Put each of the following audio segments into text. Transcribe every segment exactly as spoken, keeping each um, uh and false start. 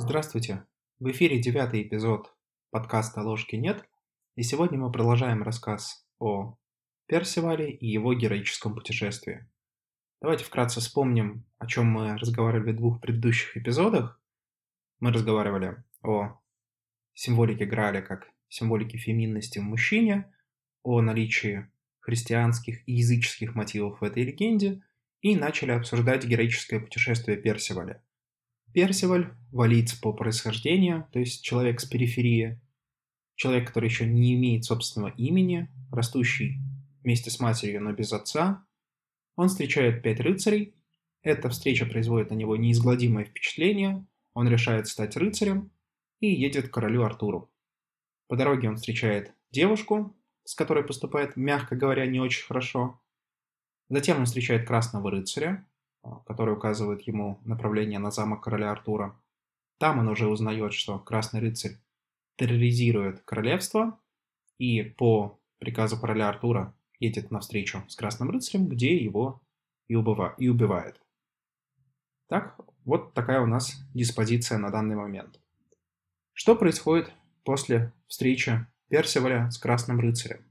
Здравствуйте! В эфире девятый эпизод подкаста «Ложки нет», и сегодня мы продолжаем рассказ о Персивале и его героическом путешествии. Давайте вкратце вспомним, о чем мы разговаривали в двух предыдущих эпизодах. Мы разговаривали о символике Грааля как символике феминности в мужчине, о наличии христианских и языческих мотивов в этой легенде и начали обсуждать героическое путешествие Персиваля. Персиваль – валиец по происхождению, то есть человек с периферии, человек, который еще не имеет собственного имени, растущий вместе с матерью, но без отца. Он встречает пять рыцарей. Эта встреча производит на него неизгладимое впечатление. Он решает стать рыцарем и едет к королю Артуру. По дороге он встречает девушку, с которой поступает, мягко говоря, не очень хорошо. Затем он встречает красного рыцаря, который указывает ему направление на замок короля Артура. Там он уже узнает, что Красный рыцарь терроризирует королевство и по приказу короля Артура едет навстречу с Красным рыцарем, где его и, убива- и убивает. Так, вот такая у нас диспозиция на данный момент. Что происходит после встречи Персиваля с Красным рыцарем?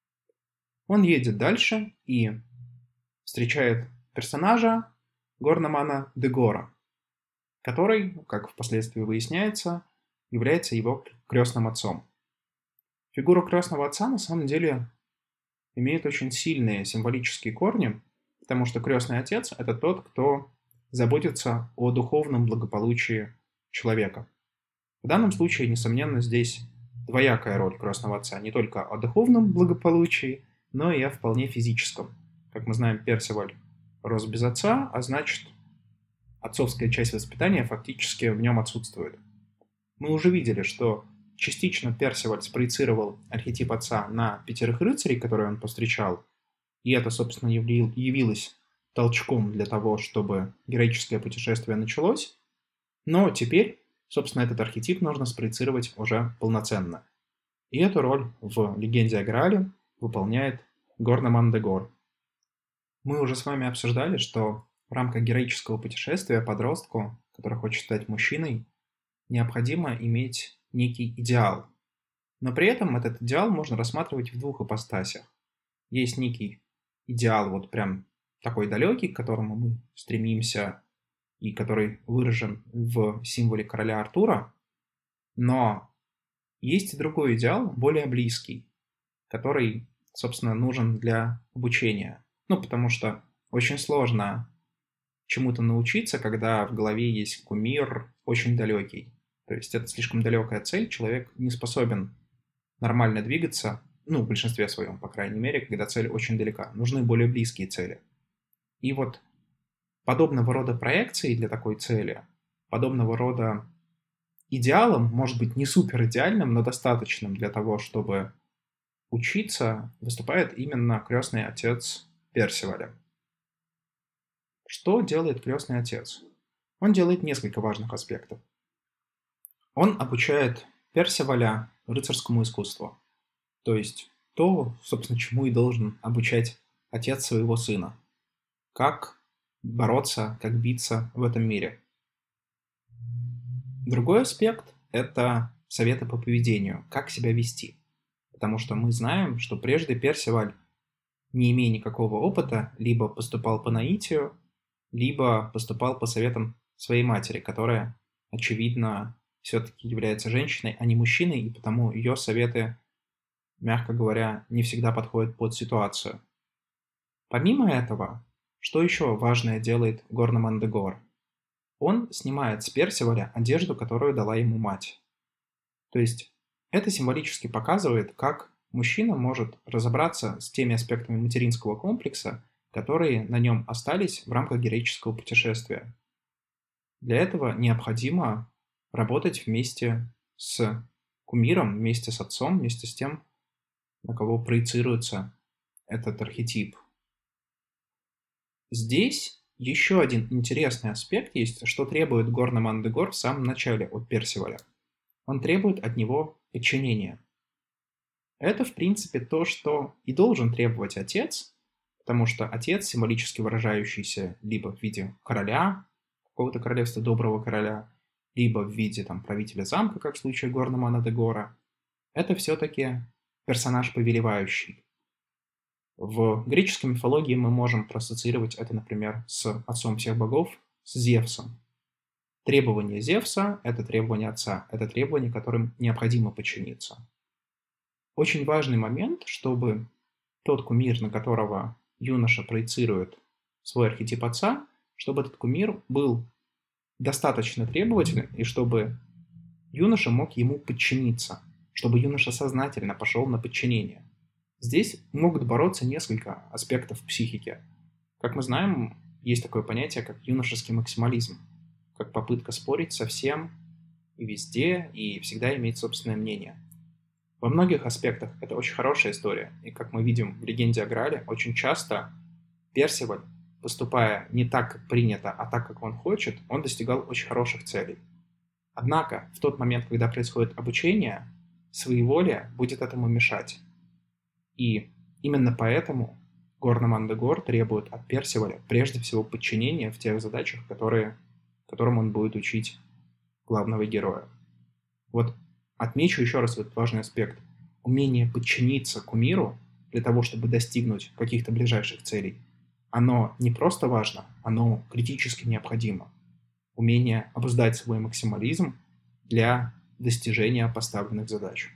Он едет дальше и встречает персонажа Горнамана де Гора, который, как впоследствии выясняется, является его крестным отцом. Фигура крестного отца на самом деле имеет очень сильные символические корни, потому что крестный отец – это тот, кто заботится о духовном благополучии человека. В данном случае, несомненно, здесь двоякая роль крестного отца, не только о духовном благополучии, но и о вполне физическом. Как мы знаем, Персиваль рос без отца, а значит, отцовская часть воспитания фактически в нем отсутствует. Мы уже видели, что частично Персиваль спроецировал архетип отца на пятерых рыцарей, которые он повстречал, и это, собственно, явилось толчком для того, чтобы героическое путешествие началось, но теперь, собственно, этот архетип нужно спроецировать уже полноценно. И эту роль в легенде о Граале выполняет Горнаман де Гор. Мы уже с вами обсуждали, что в рамках героического путешествия подростку, который хочет стать мужчиной, необходимо иметь некий идеал. Но при этом этот идеал можно рассматривать в двух ипостасях. Есть некий идеал, вот прям такой далекий, к которому мы стремимся и который выражен в символе короля Артура, но есть и другой идеал, более близкий, который, собственно, нужен для обучения. Ну, потому что очень сложно чему-то научиться, когда в голове есть кумир очень далекий. То есть это слишком далекая цель, человек не способен нормально двигаться, ну, в большинстве своем, по крайней мере, когда цель очень далека. Нужны более близкие цели. И вот подобного рода проекции для такой цели, подобного рода идеалом, может быть, не супер идеальным, но достаточным для того, чтобы учиться, выступает именно крестный отец Персиваля. Что делает крестный отец? Он делает несколько важных аспектов. Он обучает Персиваля рыцарскому искусству, то есть то, собственно, чему и должен обучать отец своего сына. Как бороться, как биться в этом мире. Другой аспект – это советы по поведению, как себя вести. Потому что мы знаем, что прежде Персиваль, не имея никакого опыта, либо поступал по наитию, либо поступал по советам своей матери, которая, очевидно, все-таки является женщиной, а не мужчиной, и потому ее советы, мягко говоря, не всегда подходят под ситуацию. Помимо этого, что еще важное делает Горнаман де Гор? Он снимает с Персиваля одежду, которую дала ему мать. То есть это символически показывает, как мужчина может разобраться с теми аспектами материнского комплекса, которые на нем остались в рамках героического путешествия. Для этого необходимо работать вместе с кумиром, вместе с отцом, вместе с тем, на кого проецируется этот архетип. Здесь еще один интересный аспект есть, что требует Горнаман де Гор в самом начале от Персиваля. Он требует от него подчинения. Это, в принципе, то, что и должен требовать отец, потому что отец, символически выражающийся либо в виде короля, какого-то королевства, доброго короля, либо в виде там, правителя замка, как в случае Горномана де Гора, это все-таки персонаж повелевающий. В греческой мифологии мы можем проассоциировать это, например, с отцом всех богов, с Зевсом. Требование Зевса – это требование отца, это требование, которым необходимо подчиниться. Очень важный момент, чтобы тот кумир, на которого юноша проецирует свой архетип отца, чтобы этот кумир был достаточно требователен, и чтобы юноша мог ему подчиниться, чтобы юноша сознательно пошел на подчинение. Здесь могут бороться несколько аспектов психики. Как мы знаем, есть такое понятие, как юношеский максимализм, как попытка спорить со всем и везде, и всегда иметь собственное мнение. Во многих аспектах это очень хорошая история, и как мы видим в «Легенде о Граале», очень часто Персиваль, поступая не так, как принято, а так, как он хочет, он достигал очень хороших целей. Однако, в тот момент, когда происходит обучение, своеволие будет этому мешать. И именно поэтому Горноман де Гор требует от Персиваля прежде всего подчинения в тех задачах, которые, которым он будет учить главного героя. Вот отмечу еще раз этот важный аспект. Умение подчиниться кумиру для того, чтобы достигнуть каких-то ближайших целей, оно не просто важно, оно критически необходимо. Умение обуздать свой максимализм для достижения поставленных задач.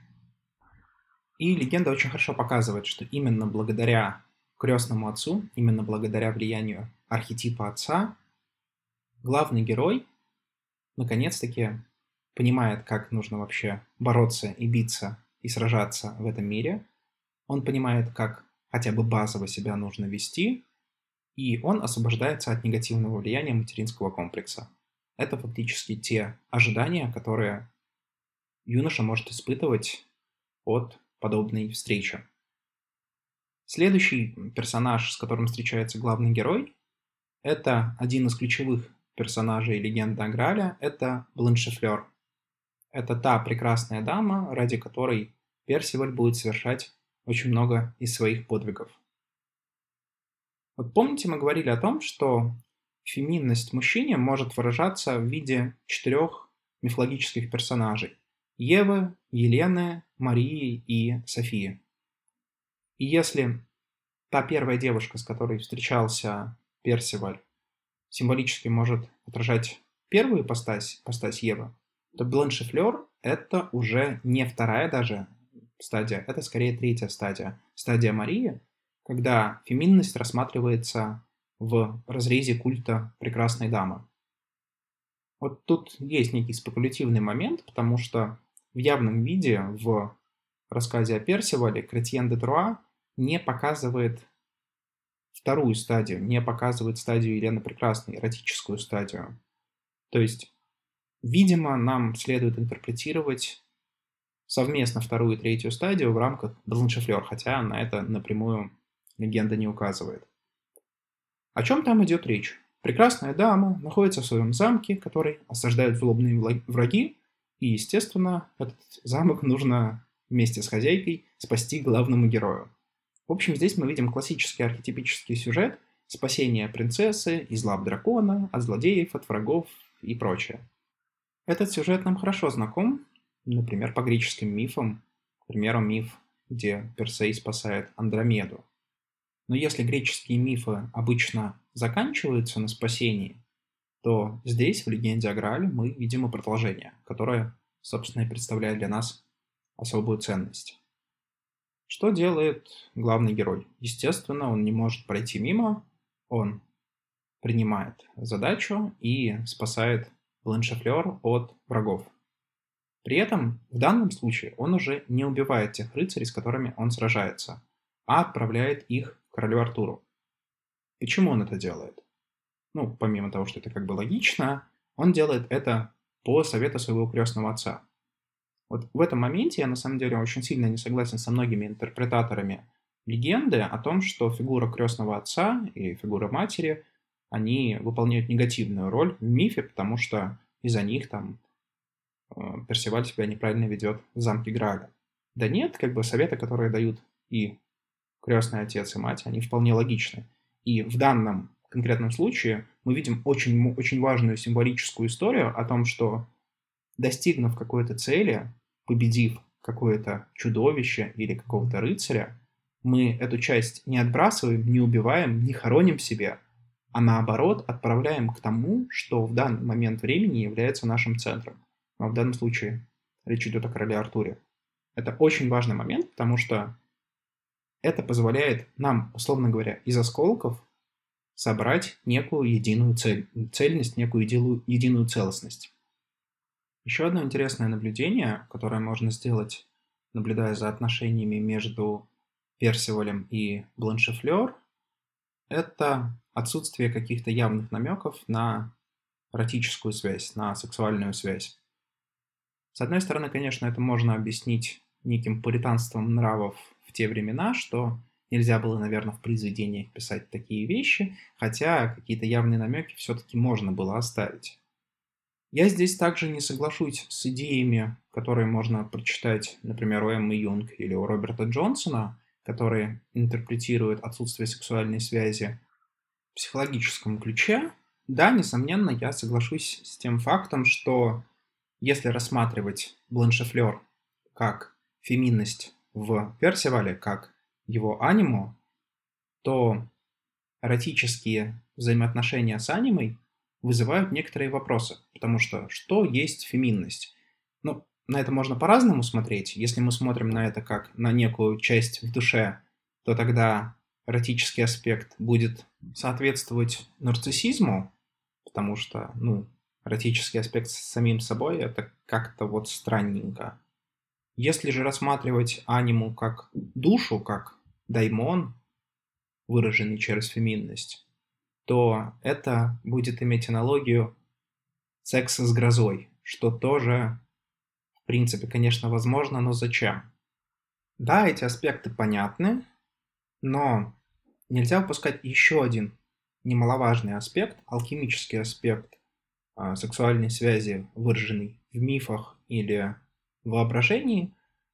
И легенда очень хорошо показывает, что именно благодаря крестному отцу, именно благодаря влиянию архетипа отца, главный герой наконец-таки понимает, как нужно вообще бороться и биться и сражаться в этом мире. Он понимает, как хотя бы базово себя нужно вести, и он освобождается от негативного влияния материнского комплекса. Это фактически те ожидания, которые юноша может испытывать от подобной встречи. Следующий персонаж, с которым встречается главный герой, это один из ключевых персонажей «Легенды о Граале», это Бланшефлер. Это та прекрасная дама, ради которой Персиваль будет совершать очень много из своих подвигов. Вот помните, мы говорили о том, что феминность в мужчине может выражаться в виде четырех мифологических персонажей – Евы, Елены, Марии и Софии. И если та первая девушка, с которой встречался Персиваль, символически может отражать первую ипостась, ипостась Евы, то Бланшефлер – это уже не вторая даже стадия, это скорее третья стадия. Стадия Марии, когда феминность рассматривается в разрезе культа прекрасной дамы. Вот тут есть некий спекулятивный момент, потому что в явном виде в рассказе о Персивале Кретьен де Труа не показывает вторую стадию, не показывает стадию Елены Прекрасной, эротическую стадию. То есть, видимо, нам следует интерпретировать совместно вторую и третью стадию в рамках Бланшефлер, хотя на это напрямую легенда не указывает. О чем там идет речь? Прекрасная дама находится в своем замке, который осаждают злобные враги, и, естественно, этот замок нужно вместе с хозяйкой спасти главному герою. В общем, здесь мы видим классический архетипический сюжет спасения принцессы из лап дракона, от злодеев, от врагов и прочее. Этот сюжет нам хорошо знаком, например, по греческим мифам, к примеру, миф, где Персей спасает Андромеду. Но если греческие мифы обычно заканчиваются на спасении, то здесь, в «Легенде о Граале», мы видим и продолжение, которое, собственно, и представляет для нас особую ценность. Что делает главный герой? Естественно, он не может пройти мимо, он принимает задачу и спасает Бланшефлер от врагов. При этом, в данном случае, он уже не убивает тех рыцарей, с которыми он сражается, а отправляет их к королю Артуру. Почему он это делает? Ну, помимо того, что это как бы логично, он делает это по совету своего крестного отца. Вот в этом моменте я на самом деле очень сильно не согласен со многими интерпретаторами легенды о том, что фигура крестного отца и фигура матери, они выполняют негативную роль в мифе, потому что из-за них там Персиваль себя неправильно ведет в замке Грааля. Да нет, как бы советы, которые дают и крестный отец, и мать, они вполне логичны. И в данном конкретном случае мы видим очень, очень важную символическую историю о том, что достигнув какой-то цели, победив какое-то чудовище или какого-то рыцаря, мы эту часть не отбрасываем, не убиваем, не хороним в себе, а наоборот отправляем к тому, что в данный момент времени является нашим центром. Но в данном случае речь идет о короле Артуре. Это очень важный момент, потому что это позволяет нам, условно говоря, из осколков собрать некую единую цель, цельность, некую единую, единую целостность. Еще одно интересное наблюдение, которое можно сделать, наблюдая за отношениями между Персивалем и Бланшефлёр, это отсутствие каких-то явных намеков на эротическую связь, на сексуальную связь. С одной стороны, конечно, это можно объяснить неким пуританством нравов в те времена, что нельзя было, наверное, в произведениях писать такие вещи, хотя какие-то явные намеки все-таки можно было оставить. Я здесь также не соглашусь с идеями, которые можно прочитать, например, у Эммы Юнг или у Роберта Джонсона, которые интерпретируют отсутствие сексуальной связи в психологическом ключе. Да, несомненно, я соглашусь с тем фактом, что если рассматривать Бланшефлёр как феминность в Персивале, как его аниму, то эротические взаимоотношения с анимой вызывают некоторые вопросы, потому что что есть феминность? Ну, на это можно по-разному смотреть. Если мы смотрим на это как на некую часть в душе, то тогда эротический аспект будет соответствовать нарциссизму, потому что, ну, эротический аспект с самим собой – это как-то вот странненько. Если же рассматривать аниму как душу, как даймон, выраженный через феминность, то это будет иметь аналогию секса с грозой, что тоже, в принципе, конечно, возможно, но зачем? Да, эти аспекты понятны, но нельзя упускать еще один немаловажный аспект, алхимический аспект а, сексуальной связи, выраженный в мифах или воображении,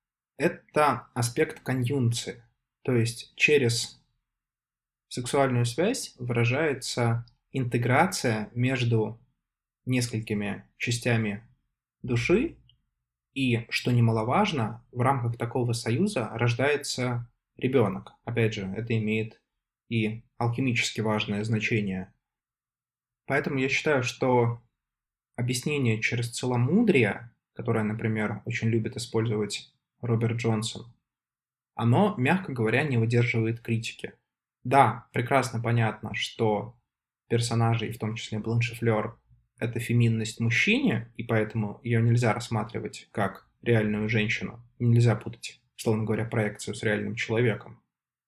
это аспект конъюнкции. То есть через сексуальную связь выражается интеграция между несколькими частями души, и, что немаловажно, в рамках такого союза рождается ребенок. Опять же, это имеет и алхимически важное значение. Поэтому я считаю, что объяснение через целомудрие, которое, например, очень любит использовать Роберт Джонсон, оно, мягко говоря, не выдерживает критики. Да, прекрасно понятно, что персонажи, в том числе Бланшефлёр, это феминность мужчине, и поэтому ее нельзя рассматривать как реальную женщину. Нельзя путать, условно говоря, проекцию с реальным человеком.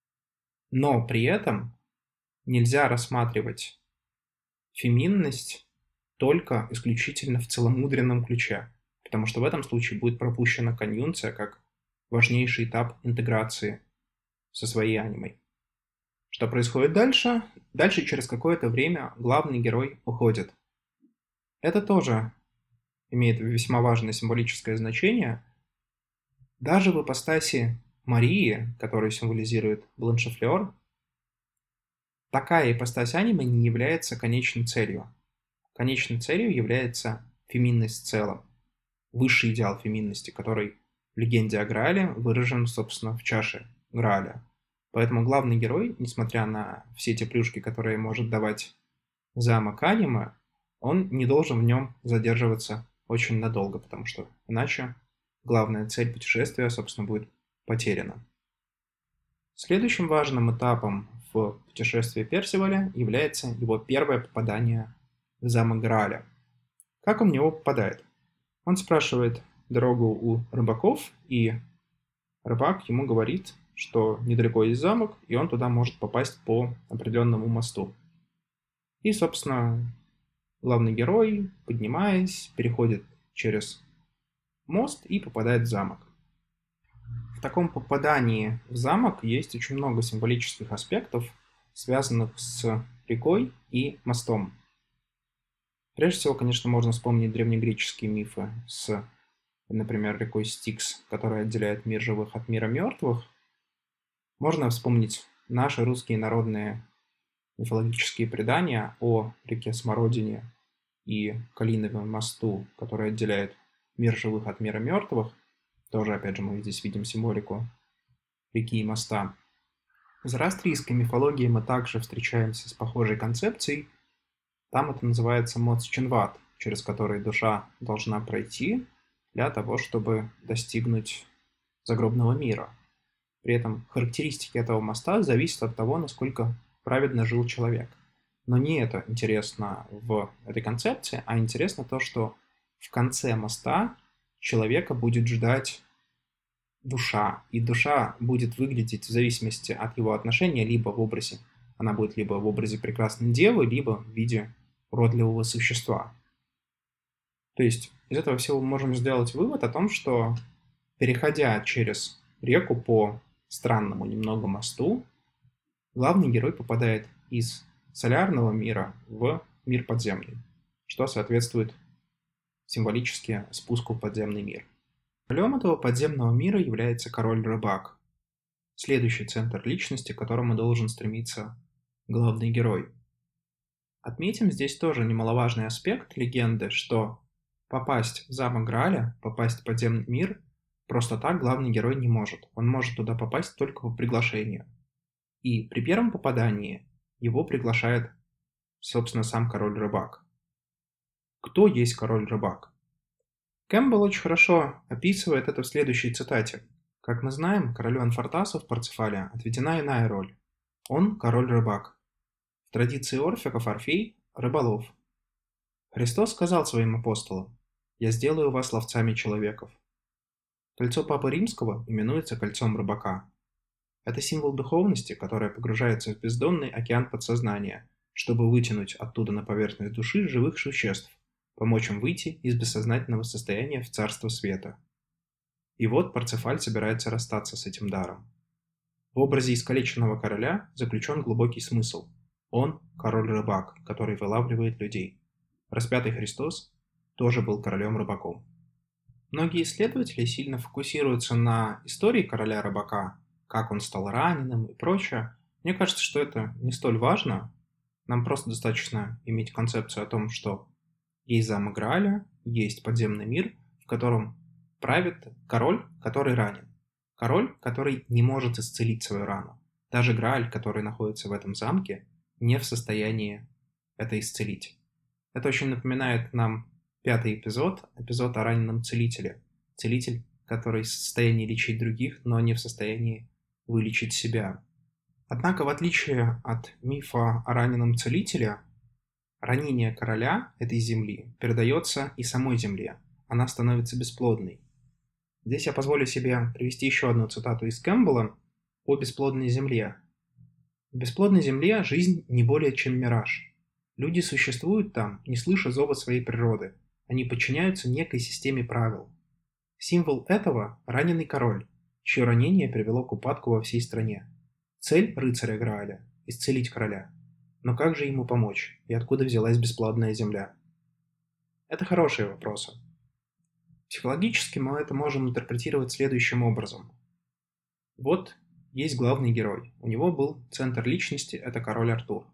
Но при этом нельзя рассматривать феминность только исключительно в целомудренном ключе, потому что в этом случае будет пропущена конъюнкция как важнейший этап интеграции со своей анимой. Что происходит дальше? Дальше через какое-то время главный герой уходит. Это тоже имеет весьма важное символическое значение. Даже в ипостаси Марии, которую символизирует Бланшефлёр, такая ипостась анимы не является конечной целью. Конечной целью является феминность в целом. Высший идеал феминности, который в легенде о Граале выражен, собственно, в чаше Грааля. Поэтому главный герой, несмотря на все те плюшки, которые может давать замок аниме, он не должен в нем задерживаться очень надолго, потому что иначе главная цель путешествия, собственно, будет потеряна. Следующим важным этапом в путешествии Персиваля является его первое попадание в замок Грааля. Как он в него попадает? Он спрашивает дорогу у рыбаков, и рыбак ему говорит, что недалеко есть замок, и он туда может попасть по определенному мосту. И, собственно, главный герой, поднимаясь, переходит через мост и попадает в замок. В таком попадании в замок есть очень много символических аспектов, связанных с рекой и мостом. Прежде всего, конечно, можно вспомнить древнегреческие мифы с, например, рекой Стикс, которая отделяет мир живых от мира мертвых. Можно вспомнить наши русские народные мифологические предания о реке Смородине и Калиновом мосту, который отделяет мир живых от мира мертвых. Тоже, опять же, мы здесь видим символику реки и моста. В зороастрийской мифологии мы также встречаемся с похожей концепцией. Там это называется моц-чинват, через который душа должна пройти для того, чтобы достигнуть загробного мира. При этом характеристики этого моста зависят от того, насколько праведно жил человек. Но не это интересно в этой концепции, а интересно то, что в конце моста человека будет ждать душа, и душа будет выглядеть в зависимости от его отношения либо в образе, она будет либо в образе прекрасной девы, либо в виде уродливого существа. То есть из этого всего мы можем сделать вывод о том, что, переходя через реку по странному немного мосту, главный герой попадает из солярного мира в мир подземный, что соответствует символически спуску в подземный мир. Королем этого подземного мира является король-рыбак, следующий центр личности, к которому должен стремиться главный герой. Отметим здесь тоже немаловажный аспект легенды, что попасть в замок Грааля, попасть в подземный мир просто так главный герой не может. Он может туда попасть только по приглашению. И при первом попадании его приглашает, собственно, сам король-рыбак. Кто есть король-рыбак? Кэмпбелл очень хорошо описывает это в следующей цитате. Как мы знаем, королю Анфортасу в Парцефале отведена иная роль. Он король-рыбак. В традиции орфиков Орфей – рыболов. Христос сказал своим апостолам: «Я сделаю вас ловцами человеков». Кольцо Папы Римского именуется кольцом рыбака. Это символ духовности, которая погружается в бездонный океан подсознания, чтобы вытянуть оттуда на поверхность души живых существ, помочь им выйти из бессознательного состояния в царство света. И вот Парцефаль собирается расстаться с этим даром. В образе искалеченного короля заключен глубокий смысл. Он – король-рыбак, который вылавливает людей. Распятый Христос тоже был королем-рыбаком. Многие исследователи сильно фокусируются на истории короля-рыбака, как он стал раненым и прочее. Мне кажется, что это не столь важно. Нам просто достаточно иметь концепцию о том, что есть замок Грааля, есть подземный мир, в котором правит король, который ранен. Король, который не может исцелить свою рану. Даже Грааль, который находится в этом замке, не в состоянии это исцелить. Это очень напоминает нам пятый эпизод, эпизод о раненом целителе. Целитель, который в состоянии лечить других, но не в состоянии вылечить себя. Однако, в отличие от мифа о раненом целителе, ранение короля этой земли передается и самой земле. Она становится бесплодной. Здесь я позволю себе привести еще одну цитату из Кэмпбелла о бесплодной земле. В бесплодной земле жизнь не более чем мираж. Люди существуют там, не слыша зова своей природы. Они подчиняются некой системе правил. Символ этого – раненый король, чье ранение привело к упадку во всей стране. Цель рыцаря Грааля – исцелить короля. Но как же ему помочь, и откуда взялась бесплодная земля? Это хорошие вопросы. Психологически мы это можем интерпретировать следующим образом. Вот есть главный герой. У него был центр личности – это король Артур.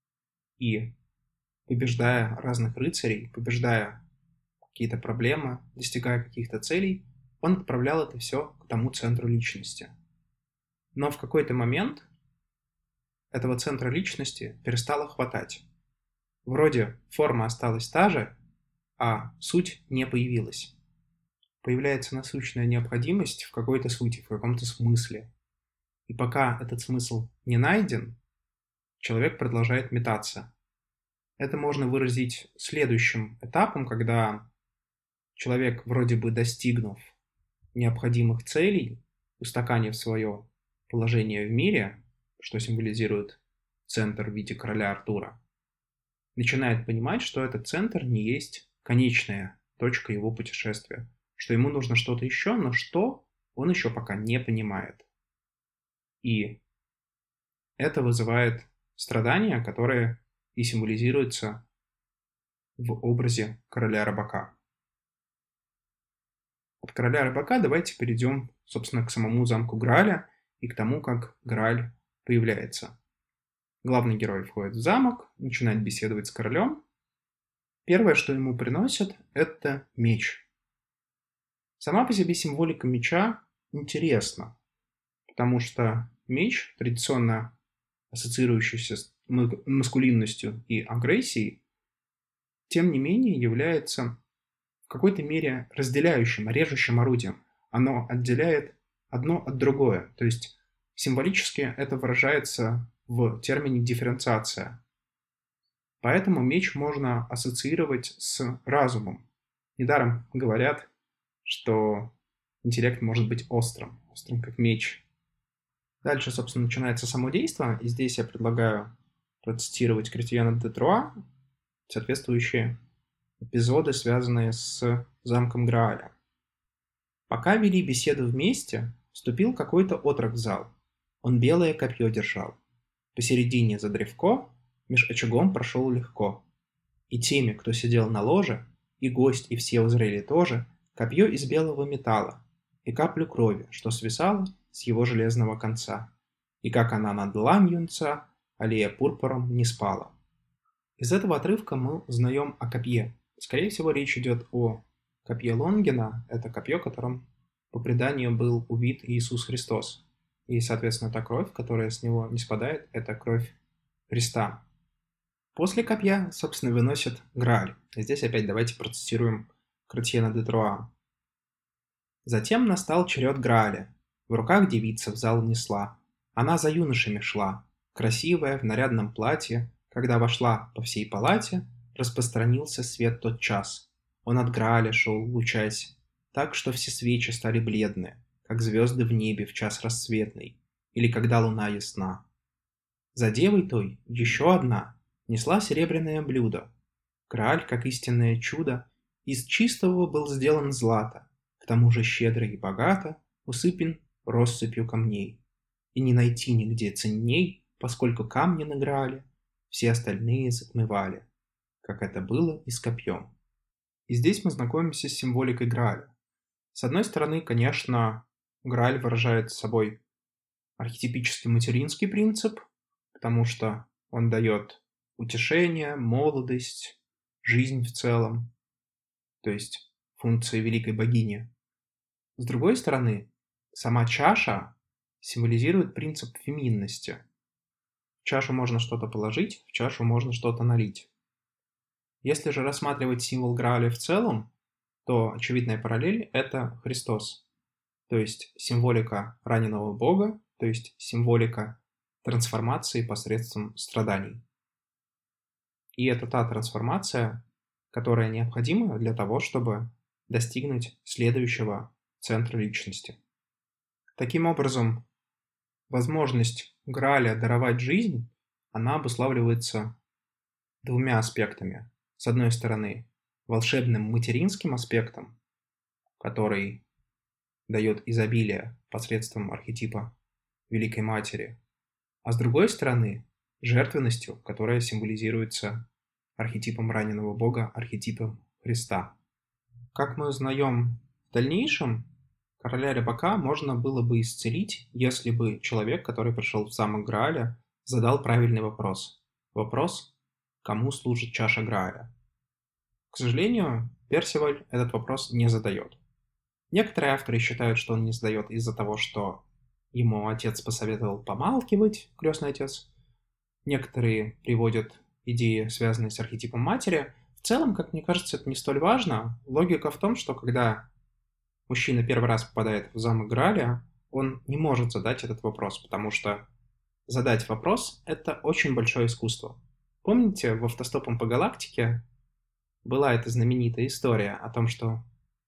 И побеждая разных рыцарей, побеждая какие-то проблемы, достигая каких-то целей, он отправлял это все к тому центру личности. Но в какой-то момент этого центра личности перестало хватать. Вроде форма осталась та же, а суть не появилась. Появляется насущная необходимость в какой-то сути, в каком-то смысле. И пока этот смысл не найден, человек продолжает метаться. Это можно выразить следующим этапом, когда человек, вроде бы достигнув необходимых целей, устаканив свое положение в мире, что символизирует центр в виде короля Артура, начинает понимать, что этот центр не есть конечная точка его путешествия, что ему нужно что-то еще, но что он еще пока не понимает. И это вызывает страдания, которые и символизируются в образе короля-рыбака. От короля-рыбака давайте перейдем, собственно, к самому замку Грааля и к тому, как Грааль появляется. Главный герой входит в замок, начинает беседовать с королем. Первое, что ему приносят, это меч. Сама по себе символика меча интересна, потому что меч, традиционно ассоциирующийся с ма- маскулинностью и агрессией, тем не менее является в какой-то мере разделяющим, режущим орудием. Оно отделяет одно от другое. То есть символически это выражается в термине дифференциация. Поэтому меч можно ассоциировать с разумом. Недаром говорят, что интеллект может быть острым, острым как меч. Дальше, собственно, начинается само действо, и здесь я предлагаю процитировать Кристиана де Труа, соответствующие эпизоды, связанные с замком Грааля. Пока вели беседу вместе, вступил какой-то отрок в зал. Он белое копье держал. Посередине за древко, меж очагом прошел легко. И теми, кто сидел на ложе, и гость, и все узрели тоже, копье из белого металла, и каплю крови, что свисала с его железного конца, и как она над длань юнца, аллея пурпуром не спала. Из этого отрывка мы узнаем о копье. Скорее всего, речь идет о копье Лонгина. Это копье, которым по преданию был убит Иисус Христос. И, соответственно, та кровь, которая с него не спадает, это кровь Христа. После копья, собственно, выносят Грааль. И здесь опять давайте процитируем Кретьена де Труа. Затем настал черед Грааля. В руках девица в зал несла. Она за юношами шла, красивая, в нарядном платье. Когда вошла по всей палате, распространился свет тот час. Он от Грааля шел, лучась, так что все свечи стали бледные, как звезды в небе в час рассветный, или когда луна ясна. За девой той еще одна несла серебряное блюдо. Грааль, как истинное чудо, из чистого был сделан злато, к тому же щедро и богато усыпан россыпью камней. И не найти нигде ценней, поскольку камни на Граале все остальные затмевали, как это было и с копьем. И здесь мы знакомимся с символикой Грааля. С одной стороны, конечно, Грааль выражает собой архетипический материнский принцип, потому что он дает утешение, молодость, жизнь в целом, то есть функции великой богини. С другой стороны, сама чаша символизирует принцип феминности. В чашу можно что-то положить, в чашу можно что-то налить. Если же рассматривать символ Грааля в целом, то очевидная параллель – это Христос, то есть символика раненого Бога, то есть символика трансформации посредством страданий. И это та трансформация, которая необходима для того, чтобы достигнуть следующего центра личности. Таким образом, возможность Грааля даровать жизнь, она обуславливается двумя аспектами. С одной стороны, волшебным материнским аспектом, который дает изобилие посредством архетипа Великой Матери, а с другой стороны, жертвенностью, которая символизируется архетипом раненого Бога, архетипом Христа. Как мы узнаем в дальнейшем, короля Рябака можно было бы исцелить, если бы человек, который пришел в замок Грааля, задал правильный вопрос. Вопрос, кому служит чаша Грааля. К сожалению, Персиваль этот вопрос не задает. Некоторые авторы считают, что он не задает из-за того, что ему отец посоветовал помалкивать, крестный отец. Некоторые приводят идеи, связанные с архетипом матери. В целом, как мне кажется, это не столь важно. Логика в том, что когда мужчина первый раз попадает в замок Грааля, он не может задать этот вопрос, потому что задать вопрос – это очень большое искусство. Помните, в «Автостопом по галактике» была эта знаменитая история о том, что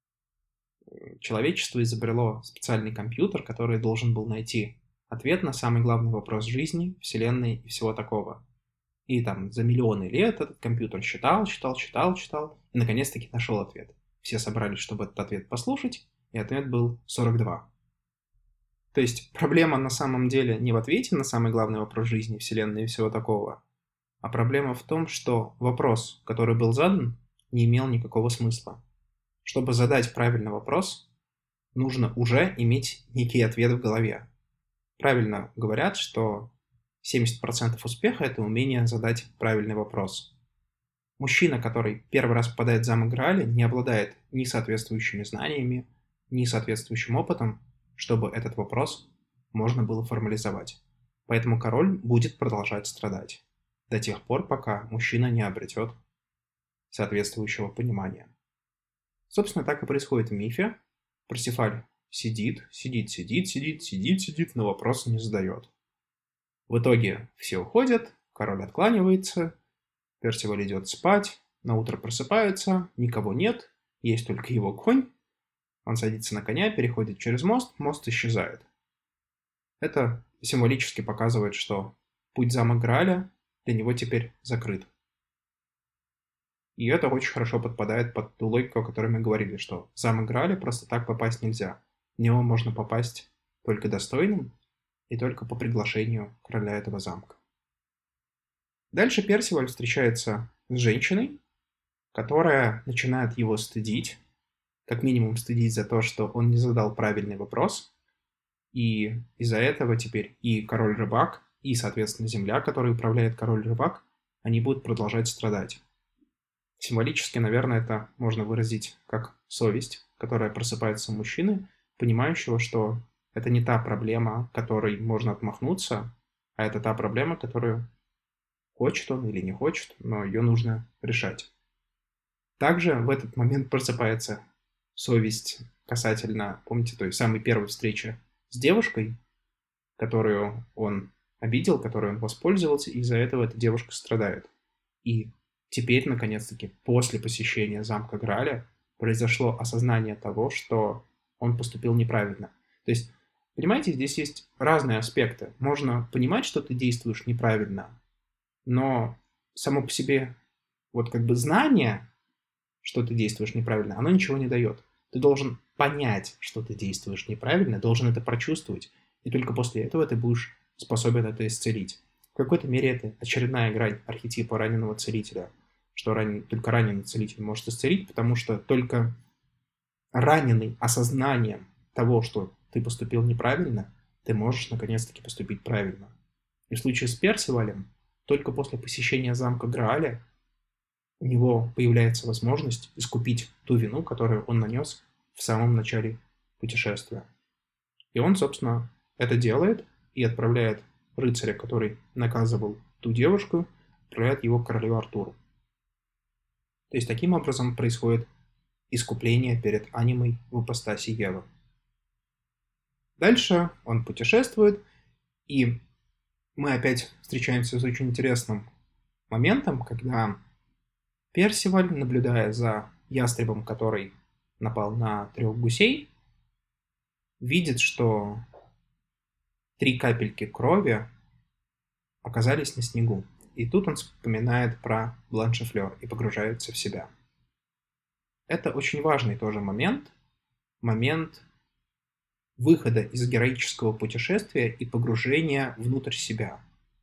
человечество изобрело специальный компьютер, который должен был найти ответ на самый главный вопрос жизни, Вселенной и всего такого. И там за миллионы лет этот компьютер считал, считал, считал, считал, и наконец-таки нашел ответ. Все собрались, чтобы этот ответ послушать, и ответ был сорок два. То есть проблема на самом деле не в ответе на самый главный вопрос жизни, Вселенной и всего такого, а проблема в том, что вопрос, который был задан, не имел никакого смысла. Чтобы задать правильный вопрос, нужно уже иметь некий ответ в голове. Правильно говорят, что семьдесят процентов успеха – это умение задать правильный вопрос. Мужчина, который первый раз попадает в замок Грааля, не обладает ни соответствующими знаниями, ни соответствующим опытом, чтобы этот вопрос можно было формализовать. Поэтому король будет продолжать страдать до тех пор, пока мужчина не обретет соответствующего понимания. Собственно, так и происходит в мифе. Парсифаль сидит, сидит, сидит, сидит, сидит, сидит, но вопросы не задает. В итоге все уходят, король откланивается, Персиваль идет спать, на утро просыпается, никого нет, есть только его конь. Он садится на коня, переходит через мост, мост исчезает. Это символически показывает, что путь в замок Грааля для него теперь закрыт. И это очень хорошо подпадает под ту логику, о которой мы говорили, что в замок Грааля просто так попасть нельзя. В него можно попасть только достойным и только по приглашению короля этого замка. Дальше Персиваль встречается с женщиной, которая начинает его стыдить, как минимум стыдить за то, что он не задал правильный вопрос, и из-за этого теперь и король-рыбак, и, соответственно, земля, которой управляет король-рыбак, они будут продолжать страдать. Символически, наверное, это можно выразить как совесть, которая просыпается у мужчины, понимающего, что это не та проблема, которой можно отмахнуться, а это та проблема, которую хочет он или не хочет, но ее нужно решать. Также в этот момент просыпается совесть касательно, помните, той самой первой встречи с девушкой, которую он обидел, которой он воспользовался, и из-за этого эта девушка страдает. И теперь, наконец-таки, после посещения замка Грааля произошло осознание того, что он поступил неправильно. То есть, понимаете, здесь есть разные аспекты. Можно понимать, что ты действуешь неправильно, но само по себе вот как бы знание, что ты действуешь неправильно, оно ничего не дает. Ты должен понять, что ты действуешь неправильно, должен это прочувствовать, и только после этого ты будешь способен это исцелить. В какой-то мере это очередная грань архетипа раненого целителя, что ранен, только раненый целитель может исцелить, потому что только раненый осознанием того, что ты поступил неправильно, ты можешь наконец-таки поступить правильно. И в случае с Персивалем, только после посещения замка Грааля у него появляется возможность искупить ту вину, которую он нанес в самом начале путешествия. И он, собственно, это делает и отправляет рыцаря, который наказывал ту девушку, отправляет его к королю Артуру. То есть таким образом происходит искупление перед анимой в ипостаси Евы. Дальше он путешествует, и мы опять встречаемся с очень интересным моментом, когда Персиваль, наблюдая за ястребом, который напал на трех гусей, видит, что три капельки крови оказались на снегу. И тут он вспоминает про Бланшефлёр и погружается в себя. Это очень важный тоже момент, момент выхода из героического путешествия и погружения внутрь себя.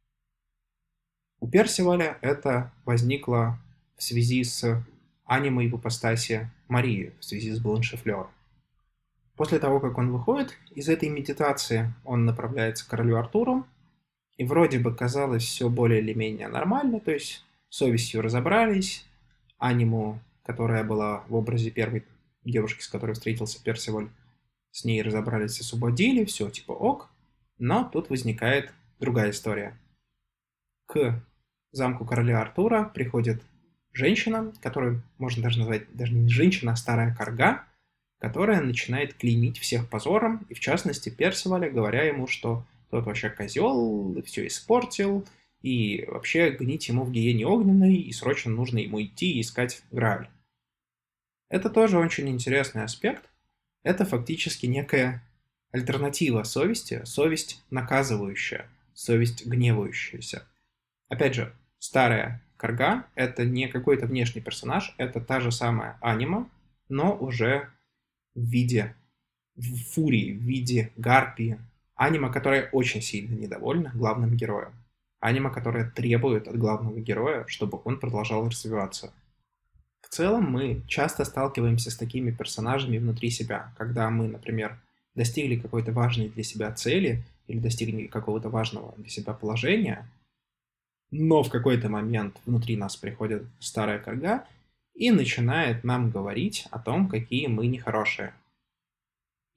У Персиваля это возникло в связи с анимой в ипостаси Марии, в связи с Бланшефлёр. После того, как он выходит из этой медитации, он направляется к королю Артуру, и вроде бы казалось все более или менее нормально, то есть с совестью разобрались, аниму, которая была в образе первой девушки, с которой встретился Персиваль, с ней разобрались, освободили, все типа ок, но тут возникает другая история. К замку короля Артура приходит женщина, которую можно даже назвать даже не женщина, а старая карга, которая начинает клеймить всех позором, и в частности Персиваля, говоря ему, что тот вообще козел, все испортил, и вообще гнить ему в гиене огненной, и срочно нужно ему идти и искать Грааль. Это тоже очень интересный аспект. Это фактически некая альтернатива совести, совесть наказывающая, совесть гневающаяся. Опять же, старая карга — это не какой-то внешний персонаж, это та же самая анима, но уже в виде фурии, в виде гарпии. Анима, которая очень сильно недовольна главным героем. Анима, которая требует от главного героя, чтобы он продолжал развиваться. В целом мы часто сталкиваемся с такими персонажами внутри себя, когда мы, например, достигли какой-то важной для себя цели или достигли какого-то важного для себя положения, но в какой-то момент внутри нас приходит старая карга и начинает нам говорить о том, какие мы нехорошие.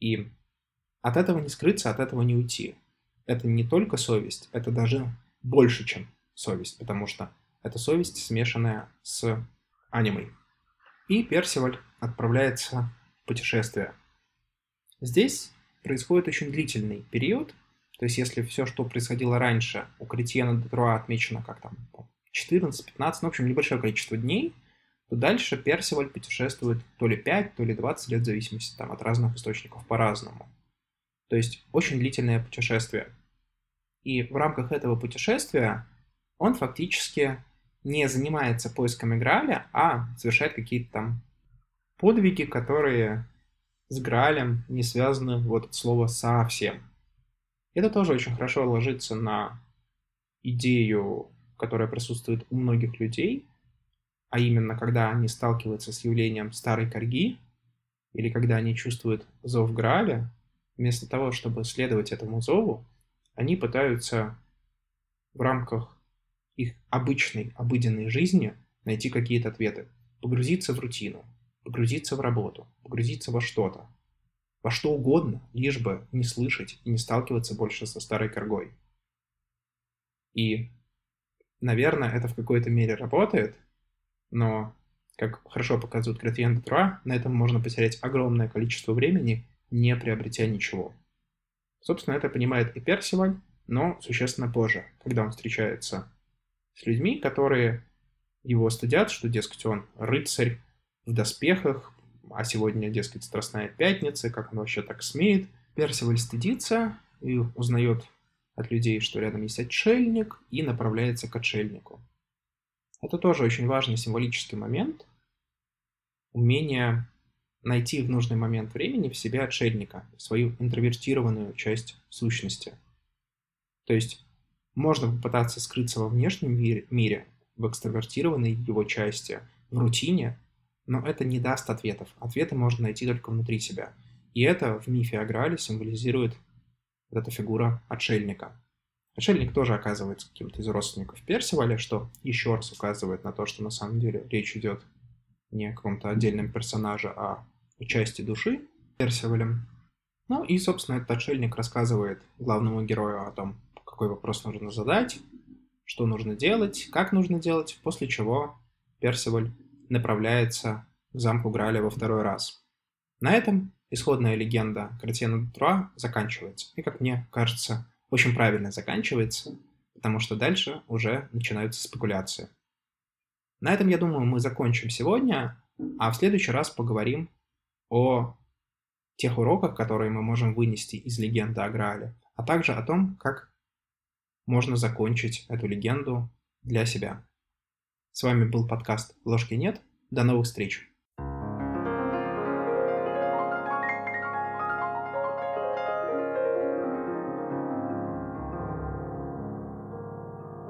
И от этого не скрыться, от этого не уйти. Это не только совесть, это даже больше, чем совесть, потому что это совесть, смешанная с анимой. И Персиваль отправляется в путешествие. Здесь происходит очень длительный период, то есть если все, что происходило раньше, у Кретьена де Труа отмечено как там четырнадцать-пятнадцать, ну, в общем, небольшое количество дней, то дальше Персиваль путешествует то ли пять, то ли двадцать лет, в зависимости там, от разных источников по-разному. То есть очень длительное путешествие. И в рамках этого путешествия он фактически не занимается поисками Грааля, а совершает какие-то там подвиги, которые с Граалем не связаны вот от слова совсем. Это тоже очень хорошо ложится на идею, которая присутствует у многих людей, а именно, когда они сталкиваются с явлением старой корги, или когда они чувствуют зов Грааля, вместо того, чтобы следовать этому зову, они пытаются в рамках их обычной, обыденной жизни найти какие-то ответы, погрузиться в рутину, погрузиться в работу, погрузиться во что-то, во что угодно, лишь бы не слышать и не сталкиваться больше со старой коргой. И, наверное, это в какой-то мере работает, но, как хорошо показывает Кретьен де Труа, на этом можно потерять огромное количество времени, не приобретя ничего. Собственно, это понимает и Персиваль, но существенно позже, когда он встречается с людьми, которые его стыдят, что, дескать, он рыцарь в доспехах, а сегодня, дескать, Страстная Пятница, как он вообще так смеет. Персиваль стыдится и узнает от людей, что рядом есть отшельник, и направляется к отшельнику. Это тоже очень важный символический момент. Умение найти в нужный момент времени в себе отшельника, свою интровертированную часть сущности. То есть можно попытаться скрыться во внешнем мире, в экстравертированной его части, в рутине, но это не даст ответов. Ответы можно найти только внутри себя. И это в мифе о Граале символизирует вот эта фигура отшельника. Отшельник тоже оказывается каким-то из родственников Персиваля, что еще раз указывает на то, что на самом деле речь идет не о каком-то отдельном персонаже, а о части души Персивалем. Ну и, собственно, этот отшельник рассказывает главному герою о том, какой вопрос нужно задать, что нужно делать, как нужно делать, после чего Персиваль направляется к замку Грааля во второй раз. На этом исходная легенда Кретьена де Труа заканчивается. И, как мне кажется, очень правильно заканчивается, потому что дальше уже начинаются спекуляции. На этом, я думаю, мы закончим сегодня, а в следующий раз поговорим о тех уроках, которые мы можем вынести из легенды о Граале, а также о том, как можно закончить эту легенду для себя. С вами был подкаст «Ложки нет». До новых встреч!